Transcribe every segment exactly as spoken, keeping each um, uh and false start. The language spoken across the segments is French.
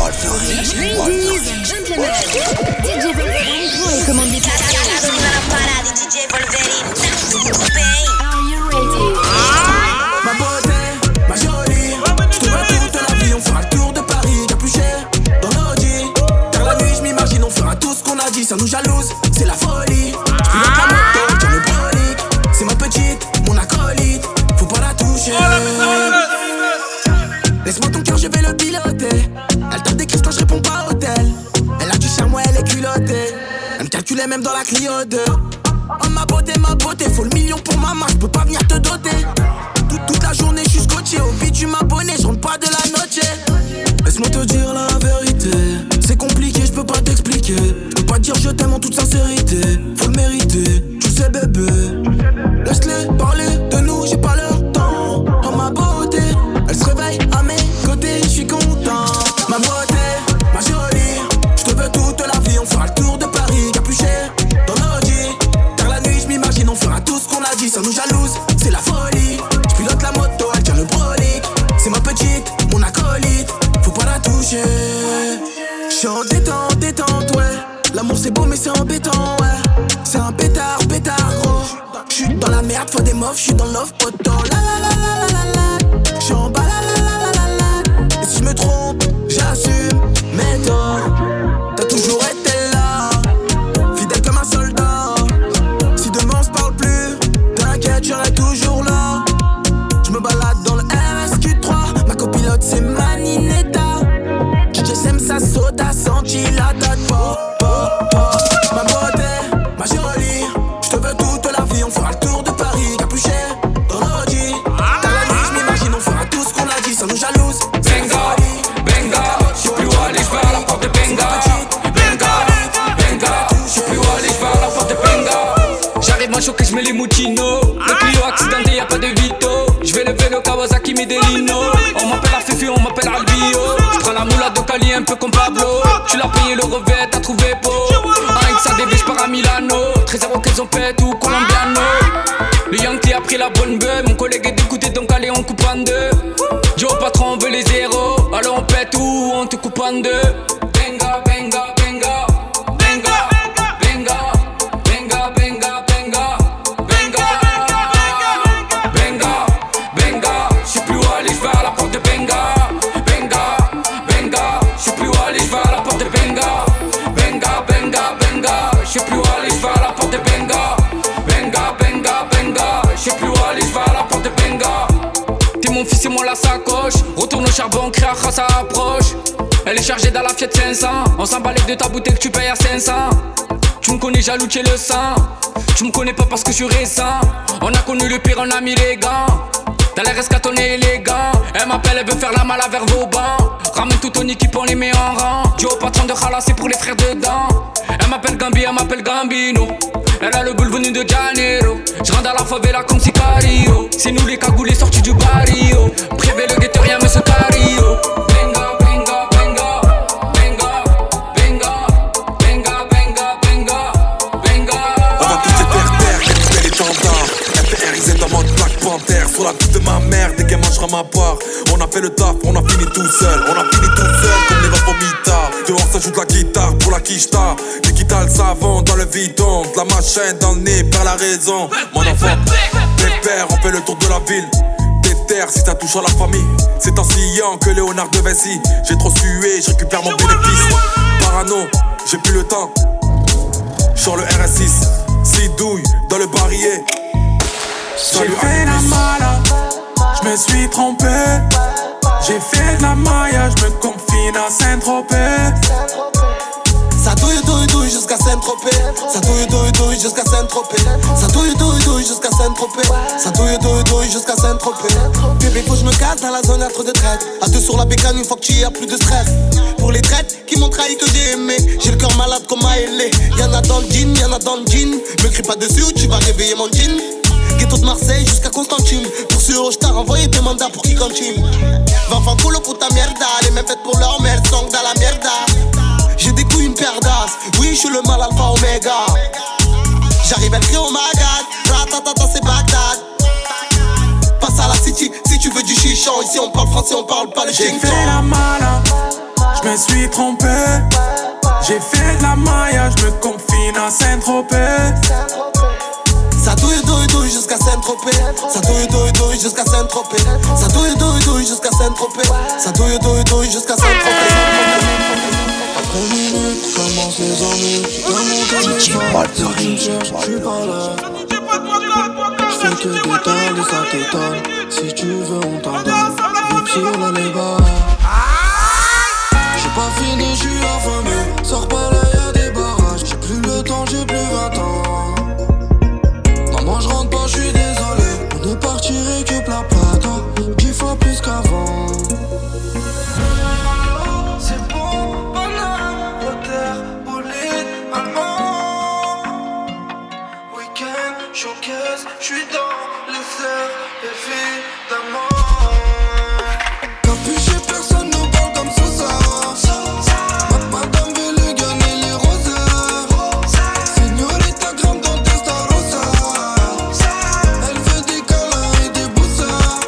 Ladies and gentlemen, D J Wolverine pour les commandes des platines. D J Wolverine. Are you ready? Ma beauté, ma jolie, je te veux toute la vie, on fera le tour de Paris, capuché dans l'Audi. Car la nuit, je m'imagine, on fera tout ce qu'on a dit, ça nous jalouse, c'est la folie. Je pilote la moto, tiens le brolique, c'est ma petite, mon acolyte, faut pas la toucher. Laisse-moi ton cœur, je vais le piloter. Elle tape des crises quand je réponds pas au tel. Elle a du charme, ouais, elle est culottée. Elle me calculait même dans la Clio deux. Oh ma beauté, ma beauté, faut le million pour ma main, je peux pas venir te doter. Toute, toute la journée, je suis scotché. Au vide, tu m'abonnes, je rentre pas de la noche. Laisse-moi te dire la vérité. C'est compliqué, je peux pas t'expliquer. Je peux pas dire je t'aime en toute sincérité. Faut le mériter, tu sais bébé. Laisse-les parler de nous, j'ai pas leur temps. Oh ma beauté, elle se réveille à mes côtés, je suis content. Ma beauté, ma jolie, je te veux toute la vie, on fera le tour de Paris, capuché dans l'Audi. Car la nuit, je m'imagine, on fera tout ce qu'on a dit, ça nous jalouse, c'est la folie. Je pilote la moto, elle tient le brolique. C'est ma petite, mon acolyte, faut pas la toucher. Je suis en détente, détente, ouais. L'amour c'est beau mais c'est embêtant, ouais. C'est un pétard, pétard, gros. J'suis dans la merde, faut des meufs, j'suis dans l'offre, poteau. La la la la la la la. J'suis en bas, la la la la la la. Et si j'me trompe, j'assume, mais toi, t'as toujours été là, fidèle comme un soldat. Si demain on se parle plus, t'inquiète, j'serai toujours là. J'me balade dans le R S Q trois, ma copilote c'est Maninetta. D J Sam ça saute, a senti la date, pas, pas, pas. Ma beauté, ma jolie, j'te veux toute la vie, on fera le tour de Paris, capuché dans l'Audi. Dans la nuit, j'm'imagine, on fera tout ce qu'on a dit, ça nous jalouse. Benga, Benga, j'sais plus où aller, j'vais à la porte de Benga. Benga, Benga, j'sais plus où aller, j'vais à la porte de Benga. J'arrive à choquer, j'mets les moutinos. Le Clio accidenté, y'a pas de Vito. J'vais lever le Kawasaki Medelino. On m'appelle Arfifi, on m'appelle Albio. J'prends la moula de Cali un peu comme Pablo. Tu l'as payé le revêt, t'as trouvé beau. Un X A D V, j'pars à Milano. treize zéro qu'ils ont fait ou Colombiano. Le Yankee a pris la bonne bœuf. Mon collègue est dégoûté donc allez on coupe en deux. Dis au patron on veut les zéros. Alors on pète ou on te coupe en deux. Benga, benga, benga. Benga, benga. Benga, benga, benga. Benga, benga, benga. J'sais plus où aller, j'vais à la porte de Benga. Benga, benga. J'sais plus où aller, j'vais à la porte de Benga. Benga, benga, benga. J'sais plus où aller, j'vais à la porte de Benga. Benga, benga, benga. J'sais plus où aller, j'vais à la porte de Benga. T'es mon fils et moi la sacoche. Retourne au charbon, crée à ça approche. Elle est chargée dans la Fiat cinq cents. On s'emballe de ta bouteille que tu payes à cinq cents. Tu me connais jaloux, tu es le sang. Tu me connais pas parce que je suis récent. On a connu le pire, on a mis les gants. Dans l'air escaton est élégant. Elle m'appelle, elle veut faire la mala vers Vauban. Ramène toute ton équipe, on les met en rang. Dis au patron de Khala, c'est pour les frères dedans. Elle m'appelle Gambi, elle m'appelle Gambino. Elle a le boule venu de Janeiro. Je rentre dans la favela comme Sicario. C'est nous les cagoulés sortis du barrio. Privé le guetteur, y'a monsieur Cario. Benga, benga, benga. Benga, benga. Benga, benga, benga. Benga. On va tous les terre terre, capter les tendards. F R I Z en mode Black Panther. Sur la piste de ma mère, dès qu'elle mangera ma part. On a fait le taf, on a fini tout seul. On a fini tout seul comme les vapes au mitard. Dehors ça joue de la guitare pour la quicheta. Les guitares le savon dans le vidon. De la machine dans le nez, par la raison. Mon enfant, pépère, on fait le tour de la ville. Déterre si ça touche à la famille. C'est en sillant que Léonard de Vinci. J'ai trop sué, je récupère mon bénéfice. Parano, j'ai plus le temps. Sur le R S six, six douilles dans le barillet. J'ai fait la malade, je me suis trompé. J'ai fait de la maille, je me confine à Saint-Tropez. Ça douille, douille, douille jusqu'à Saint-Tropez. Ça douille, douille, douille jusqu'à Saint-Tropez. Ça douille, douille, douille jusqu'à Saint-Tropez. Ça douille, douille, douille jusqu'à Saint-Tropez. Bébé, faut que je me casse dans la zone à trop de traite. À deux sur la bécane une fois que tu y as plus de stress. Pour les traites qui m'ont trahi que j'ai aimé. J'ai le cœur malade comme Maëlé. Y'en a dans le jean, y'en a dans le jean. Me crie pas dessus ou tu vas réveiller mon jean. Ghetto de Marseille jusqu'à Constantine. Pour ce je t'ai renvoyé des mandats pour qu'ils continuent. Va faire culo puta mierda. Les mêmes fêtes pour leur merde, sont dans la mierda. J'ai des couilles, une paire d'as. Oui, je suis le mal alpha oméga. J'arrive à crier au magad. Ratatata, c'est Bagdad. Passe à la city si tu veux du chichon. Ici on parle français, on parle pas le chiffon. J'ai fait la malade, je je me suis trompé. J'ai fait de la maille, je me confine à Saint-Tropez. Ça douille, douille, douille jusqu'à Saint-Tropez. Ça douille, douille, douille jusqu'à Saint-Tropez. Ça douille, douille, douille jusqu'à Saint-Tropez. Ça douille, douille, douille jusqu'à Saint-Tropez. Après minute, commence les ennuis. Dans mon téléphone, si tu me cherches, je suis pas là. Je fais que détailler, ça t'étonne. Si tu veux, on t'en donne. Vite sur le léba. J'ai pas fini, je suis affamé. Sors pas là, y'a des barrages. J'ai plus le temps, j'ai plus vingt ans. Maman, je rentre pas, je suis désolé. On est parti récup la plata. Dix fois plus qu'avant. C'est bon, banane, water, bolide, allemand. Week-end, showcase, je suis dans les airs, évidemment. Capuché, personne nous parle comme Sosa. Madame veut le gagner les roseurs. Señorita grimpe dans Testarossa. Elle veut des câlins et des boussins.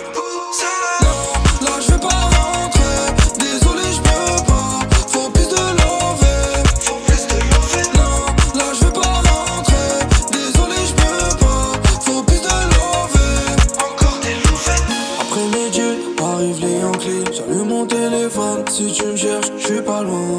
Non, là je veux pas rentrer. Désolé, je peux pas. Faut plus de love. Non, là je veux pas rentrer. Désolé, je peux pas. Faut plus de love. Encore des louvettes. Après-midi, arrive les Yankees. J'allume mon téléphone. Si tu me cherches, je suis pas loin.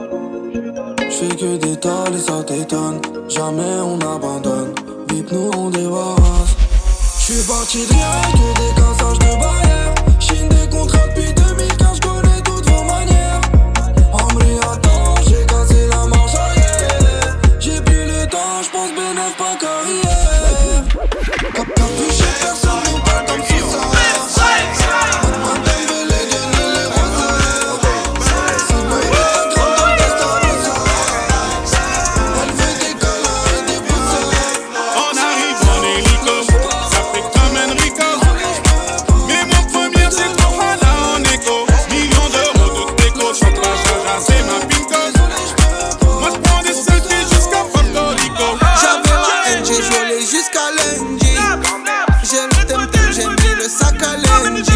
J'fais que d'étaler, ça t'étonne. Jamais on abandonne. Vite nous on débarrasse. J'suis parti de rien, que des cassages de barrières. Chine des contrats depuis deux mille quinze, j'connais toutes vos manières. Ambry, attends, j'ai cassé la marche arrière. J'ai plus le temps, j'pense bénéf pas carrière. Cap capuché, personne nous parle comme Sosa. Madame veut les gagner les roseurs. Señorita grimpe dans Testarossa. Elle veut des câlins et des boussins. On arrive en hélico, ça fait comme Enrico. Mais mon premier c'est Kohala en écho. Millions d'euros de déco, chantage à Jaja, c'est ma pinko. Moi j'prends des selfies jusqu'à Porto Rico. J'avais la N G, j'volais jusqu'à lundi. J'ai le temtem, j'ai mis le sac à lundi.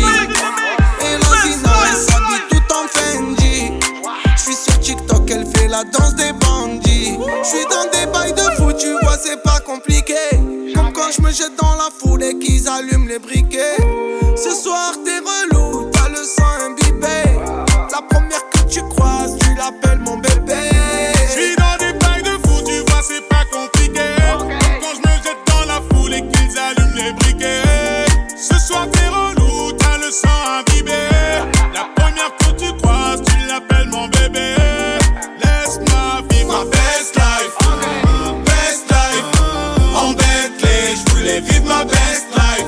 Et la Zina, elle s'habille tout en Fendi. J'suis sur TikTok, elle fait la danse des bandits. J'suis dans des bails de fou, tu vois, c'est pas compliqué. Comme quand j'me jette dans la foule et qu'ils allument les briquets. Ce soir, t'es relou, t'as le sang imbibé. La première que tu croises, tu l'appelles mon bébé. J'suis dans des bails de fou, tu vois, c'est pas compliqué. Quand je me jette dans la foule et qu'ils allument les briquets. Ce soir t'es relou, t'as le sang imbibé. La première que tu croises, tu l'appelles mon bébé. Laisse-moi vivre ma best life. Best life. En Bentley, j'voulais vivre ma best life.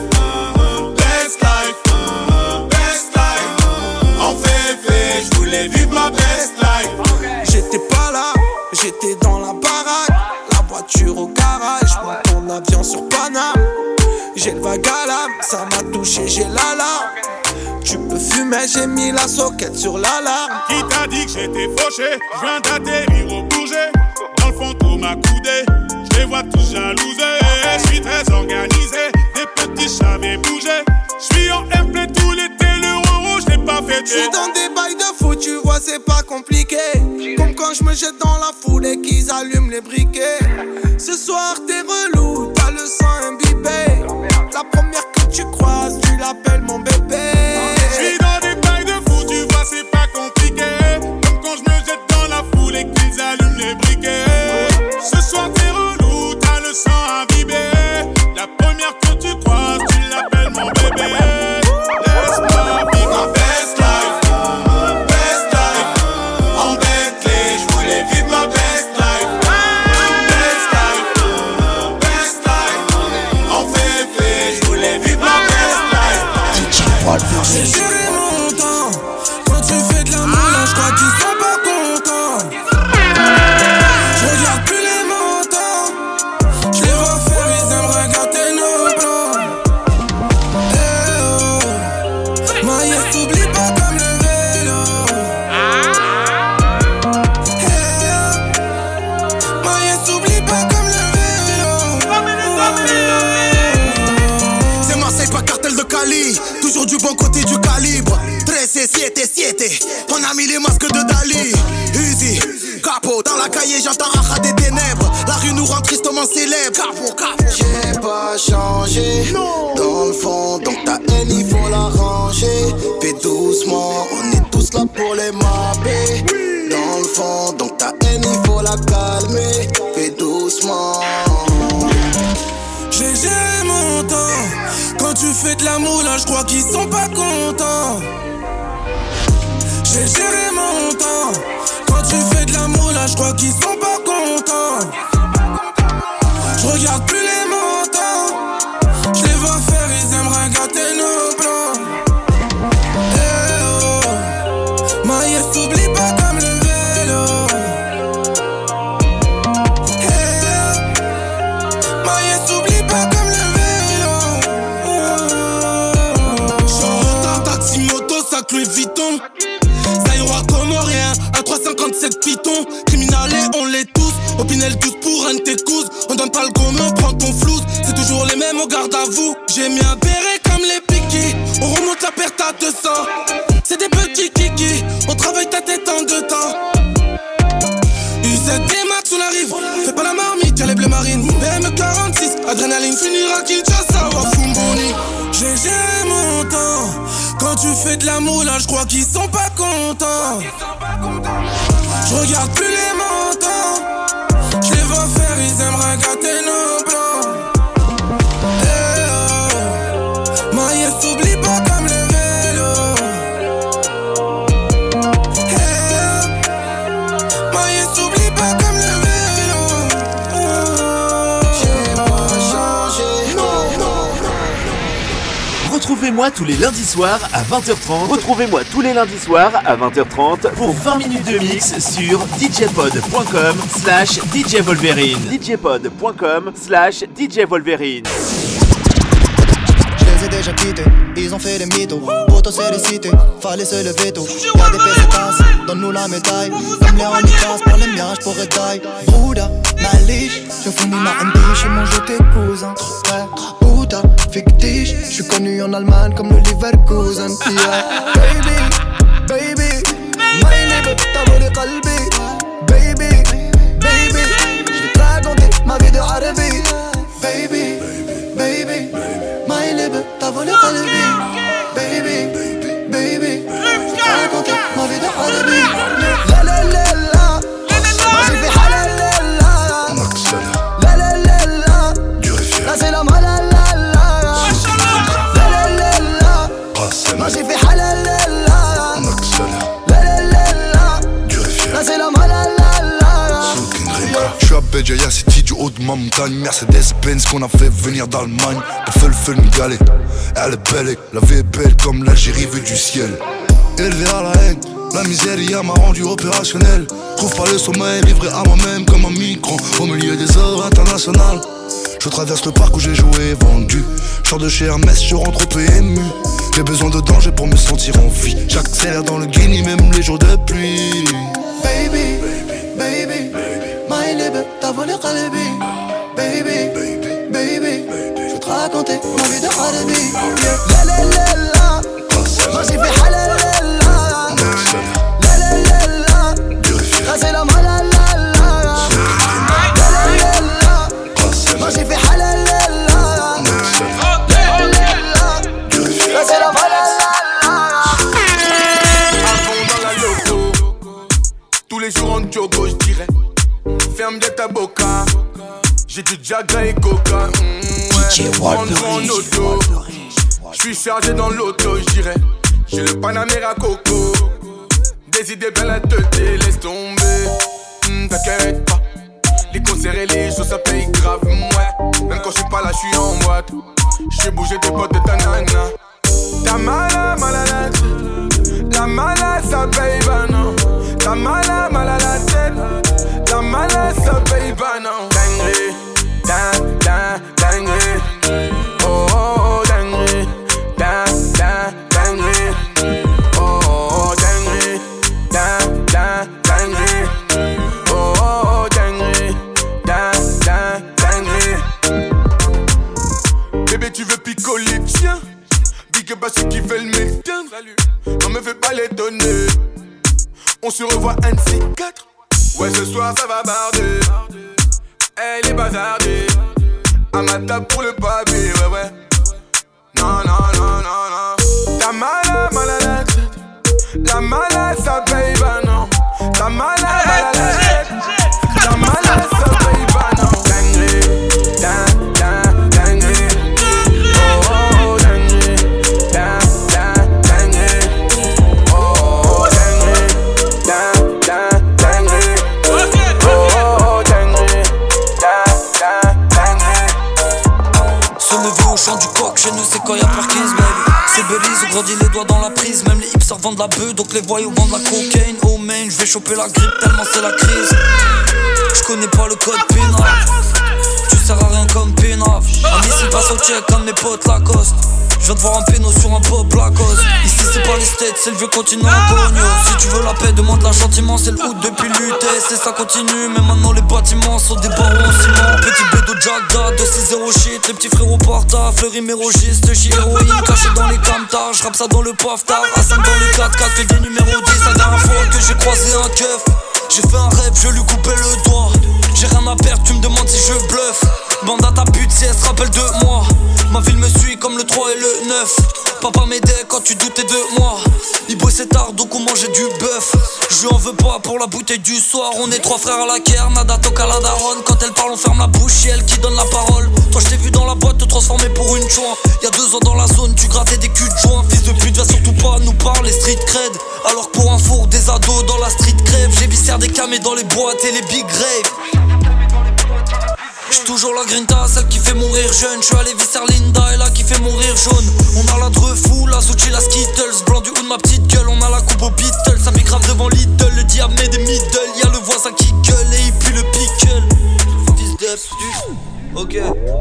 Best life. Best life. En féfé, j'voulais vivre ma best life. J'étais pas là, j'étais dans la baraque. La voiture au garage, monte en avion sur Paname. J'ai le vague à l'âme, ça m'a touché, j'ai l'alarme. Tu peux fumer, j'ai mis la soquette sur l'alarme. Qui t'a dit que j'étais fauché? Je viens d'atterrir au Bourget. Dans le fond tout m'a coudé. Je les vois tous jalousés. Je suis très organisé. Des petits j'avais bougé. Je suis en airplay tout l'été. Le rouge, je l'ai pas fêté. J'suis dans des bails de fou, tu vois, c'est pas compliqué. Comme quand je me jette dans la foule et qu'ils allument les briquets. Ce soir, t'es relou, t'as le sang imbibé. La première que tu croises, tu l'appelles mon bébé. J'suis dans des bails de fou, tu vois, c'est pas compliqué. Comme quand je me jette dans la foule et qu'ils allument les briquets. Ce soir, t'es relou, t'as le sang imbibé. La première que tu croises, tu l'appelles mon bébé. Laisse-moi vivre ma best life. Best life. En Bentley, j'voulais vivre ma best life. Best life. Best life. En féfé, j'voulais vivre ma best life. J'ai géré mon temps. Quand tu fais de la moula, j'crois qu'ils sont pas contents. J'regarde plus les montants. J'les vois faire, ils aiment regarder nos plans. Eh oh, Maïs, t'oublie pas comme le vélo. Eh oh, Maïs, t'oublie pas comme le vélo. C'est Marseille, pas cartel de Cali. Toujours du bon côté du calibre. treize et sept, siete. On a mis les masques de Dali. Uzi, capo, dans la cahier j'entends Acha des ténèbres. La rue nous rend tristement célèbres. Capo, capo. J'ai pas changé, non. Dans le fond, donc ta haine il faut la ranger. Fais doucement, on est tous là pour les mapper. Dans le fond, donc ta haine il faut la calmer. Fais doucement. J'ai géré mon temps. Quand tu fais de l'amour là, je crois qu'ils sont pas contents. J'ai géré mon temps. Quand tu fais de l'amour là, je crois qu'ils sont pas contents. Je regarde plus les montants. Je les vois faire, ils aimeraient gâter nos plans. Hey oh, Maïs t'oublie pas comme le vélo. Hey oh, Maïs t'oublie pas comme le vélo. J'suis en retard, taxi, moto, sac Louis Vuitton. Ça ira comme rien, un trois cinquante-sept Python. Criminalés, on les tous. Au Pinel douze pour un de tes couses. On donne pas le gomme, on prend ton flouze. C'est toujours les mêmes, on garde à vous. J'ai mis un béret comme les piquis. On remonte la perte à deux cents. C'est des petits kikis. On travaille ta tête en deux temps. U Z D Max, on arrive. Fais pas la marmite, y'a les bleus marines. B M quarante-six, adrénaline finira Kinshasa ou à Fumboni. J'ai géré mon temps. Quand tu fais de l'amour là, je crois qu'ils sont pas contents. Je regarde plus les montants. Je les vois faire, ils aimeraient gâter nos plans. Hey oh, Maïs t'oublie pas comme le vélo. Hey oh, Maïs t'oublie pas comme le vélo. Oh. J'ai pas changé, non, non. Retrouvez-moi tous les lundis soirs à vingt heures trente. Retrouvez-moi tous les lundis soirs à vingt heures trente pour vingt minutes de mix sur djpod.com slash djvolverine. djpod.com slash djvolverine. Je les ai déjà quittés, ils ont fait des mythos. Poto c'est les cités, fallait se lever tôt. Y'a des pesetas, donne-nous la médaille. Comme les handicats, pour les miens, j'pourrais taille. Bouddha, ma liche, je finis ma M D chez mon jeu tes cousins. Ouais, Bouddha, fictiche, j'suis connu en Allemagne comme le Leverkusen. Yeah. Baby, baby, my nigga, t'as volé qalbi. Baby, baby, j'vais te raconter ma vie de Arabi. Baby, baby, my nigga, t'as volé qalbi. Baby, baby, j'vais te raconter ma vie de Arabi. La la la la, moi j'ai fait halal la la. La la la la, là c'est la malala. Moi j'ai fait halal la la. La la la la, là c'est la malala. J'suis à Béjaïa City du haut de ma montagne. Mercedes-Benz qu'on a fait venir d'Allemagne. Le feu le feu me galait. Elle est belle, la vie est belle comme l'Algérie vue du ciel. Élevé à la haine, la miséria m'a rendu opérationnel. Trouve pas le sommeil, livré à moi-même comme un migrant au milieu des œuvres internationales. Je traverse le parc où j'ai joué, vendu. J'sors de chez Hermès, je rentre P M U. J'ai besoin de danger pour me sentir en vie. J'accélère dans le Guinée, même les jours de pluie. Baby, baby, my nigga, t'as volé qalbi. Baby, baby, j'vais te raconter ma vie de Arabi. La la la la, moi j'ai fait halal la la. La la la la, là c'est la malala. La la la la, moi j'ai fait halal la la. La la la, là c'est la malala. À fond dans la loco, tous les jours en jogo j'dirais. Ferme de ta boca, j'ai du Jaga et Coca. Mmh, ouais. Rentre en auto, j'suis chargé dans l'auto j'dirais. J'ai le Panamera Coco, des idées belles à te laisse tomber. Mmh, t'inquiète pas, les concerts et les shows ça paye grave. Ouais. Même quand j'suis pas là j'suis en boîte. J'fais bouger tes potes de ta nana. Ta mala malala, la mala ça paye pas non. Ta mala malala tête, la mala ça paye pas non. Dinguerie, ding, ding, dinguerie. Oh oh oh dinguerie, ding, ding, dinguerie. Oh oh oh dinguerie, ding, ding, dinguerie. Oh oh oh dinguerie, ding, ding, dinguerie. Bébé tu veux picoler tiens. Big up à ceux qui veulent m'éteindre. Non me fais pas les donner. on se revoit N C quatre. Ouais, ce soir ça va barder. Elle est bazardée. À ma table pour le papier, ouais, ouais. Non, non, non, non, non. T'as mal à mal à la tête. La malade, ça paye pas, non. T'as mal à mal à la tête. La malade, ça paye pas, non. Dinguerie, ding, ding, dinguerie. Oh, oh, dinguerie, ding, ding, dinguerie. Oh, oh, dinguerie, ding, ding, dinguerie. Oh, oh, dinguerie, ding, ding, dinguerie. Se lever au chant du coq, je ne sais quand y'a Perkins, baby. C'est Belize, on grandit les doigts dans la prise. Même les hipsters vendent la bœuf, donc les voyous vendent la cocaine. Oh man, je vais choper la grippe tellement c'est la crise. Je connais pas le code pénal. Tu sers à rien comme pénaf. Un missile passe au check comme mes potes Lacoste. Je viens de voir un péno sur un pop Lacoste. Ici c'est pas les States, c'est le vieux continent inconnu. Si tu veux la paix, demande-la gentiment. C'est le août depuis l'U T S et ça continue. Mais maintenant les bâtiments sont des barreaux en ciment. Petit bédo Jagda, deux six zéro shit. Les petits frérots porta, fleury mérogiste. J'y héroïne, caché dans les camtars. J'rappe ça dans le paftard, à cinq dans le quatre quatre. Que des numéros dix, la dernière fois que j'ai croisé un keuf. J'ai fait un rêve, je lui coupais le doigt. J'ai rien à perdre, tu me demandes si je bluffe. Bande à ta pute si elle se rappelle de moi. Ma ville me suit comme le trois et le neuf. Papa m'aidait quand tu doutais de moi. Il bossait tard donc on mangeait du bœuf. Je lui en veux pas pour la bouteille du soir. On est trois frères à la guerre, nada toca la daronne. Quand elle parle on ferme la bouche et elle qui donne la parole. Toi je t'ai vu dans la boîte te transformer pour une joint. Y'a deux ans dans la zone tu grattais des culs de joint. Fils de pute va surtout pas nous parler street cred. Alors que pour un four des ados dans la street crève. J'ai viscère des camés dans les boîtes et les big graves. J'suis toujours la grinta, celle qui fait mourir jeune. J'suis allé visser Linda et là qui fait mourir jaune. On a la drefou, la Zucchi, la Skittles. Blanc du haut de ma petite gueule, on a la coupe aux Beatles. Ça grave devant Lidl, le diable met des middle. Y'a le voisin qui gueule et il pue le pickle. Fils d'up, ok.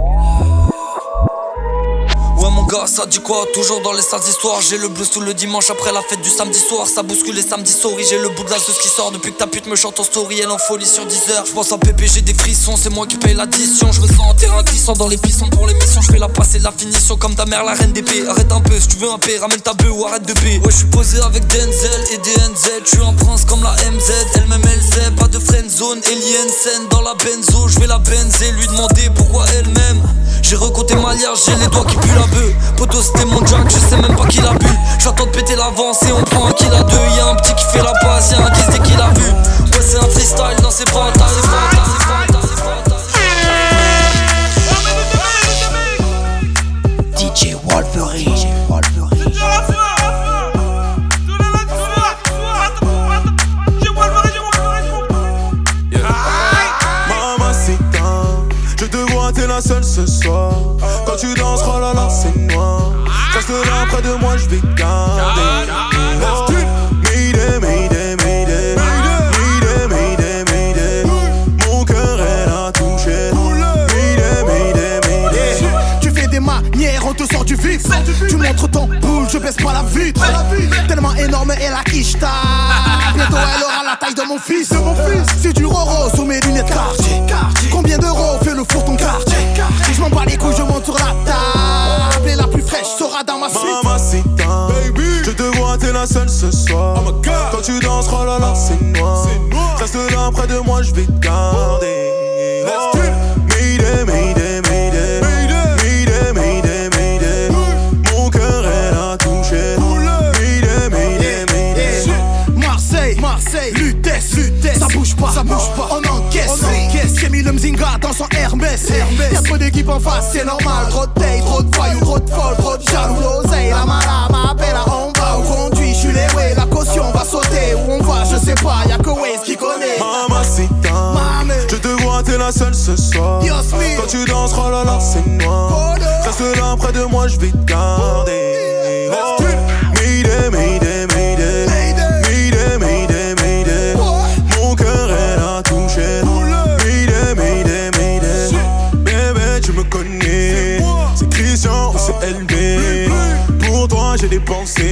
Ouais mon gars, ça dit quoi? Toujours dans les sales histoires. J'ai le blues tout le dimanche après la fête du samedi soir. Ça bouscule les samedis souris. J'ai le bout de la sauce qui sort depuis que ta pute me chante en story. Elle en folie sur dix heures. J'pense à Pépé, j'ai des frissons. C'est moi qui paye l'addition. J'me sens en terrain glissant dans les pissons pour l'émission. J'fais la passe et la finition comme ta mère la reine d'épée. Arrête un peu si tu veux un P. Ramène ta bœuf ou arrête de paix. Ouais j'suis posé avec Denzel et D N Z. J'suis un prince comme la M Z. Elle-même elle sait pas de friendzone. Alien scène dans la benzo. J'vais la benzer, lui demander pourquoi elle-même. J'ai recompté ma liage, j'ai les doigts qui puent la bœuf. Poto c'était mon jack, je sais même pas qui l'a bu. J'attends de péter l'avance et on prend un kill à deux. Y'a un petit qui fait la passe, y'a un guise dès qu'il a vu. Ouais c'est un freestyle, non c'est pas un tarif, pas un tarif, pas un tarif, pas un tarif. D J Wolverine, D J Wolverine. T'es la seule ce soir. Quand tu danses, oh là là, c'est noir. Reste là près de moi, je vais te garder. Mayday, mayday, mayday. Mayday, mayday, mayday. Mon cœur, elle a touché. Mayday, mayday, mayday. Tu fais des manières, on te sort du vif. Tu montres ton boule, je baisse pas la vitre. Tellement énorme, elle a quicheta. Bientôt, elle aura la taille de mon fils. C'est du roro sous mes lunettes quartier. Combien d'euros fait le four ton quartier? Si je m'en bats les couilles, je monte sur la table. Et la plus fraîche sera dans ma suite. Mamacita, baby, je te vois, t'es la seule ce soir. Oh my God. Quand tu danses, oh là là, c'est noir. Reste là près de moi, je vais te garder. Oh. Mayday, mayday, mayday. Mayday, mayday, mayday. Mon cœur, elle a touché. Mayday, mayday, mayday. Marseille, Marseille, Lutèce, Lutèce. Ça bouge pas, ça bouge pas. On encaisse, on encaisse. J'ai mis le Mzinga dans son Hermès. Hermès. Y'a trop d'équipes en face, c'est normal. Trop de taille, trop de voyous, trop de folle, trop de jaloux. L'oseille, la mala, m'appelle à on va où conduit. J'suis les way, la caution va sauter. Où on va, je sais pas, y'a que Waze qui connaît. Mamacita, Mame. Je te vois, t'es la seule ce soir. Quand tu danses, oh là là, c'est noir. Reste là près de moi, je vais te garder. Oh. Mayday, mayday, mayday. Mayday, mayday, mayday. Mon cœur, elle a touché. Mayday, mayday, mayday. Bébé, tu me connais. C'est Christian ou c'est L B. Pour toi, j'ai des pensées.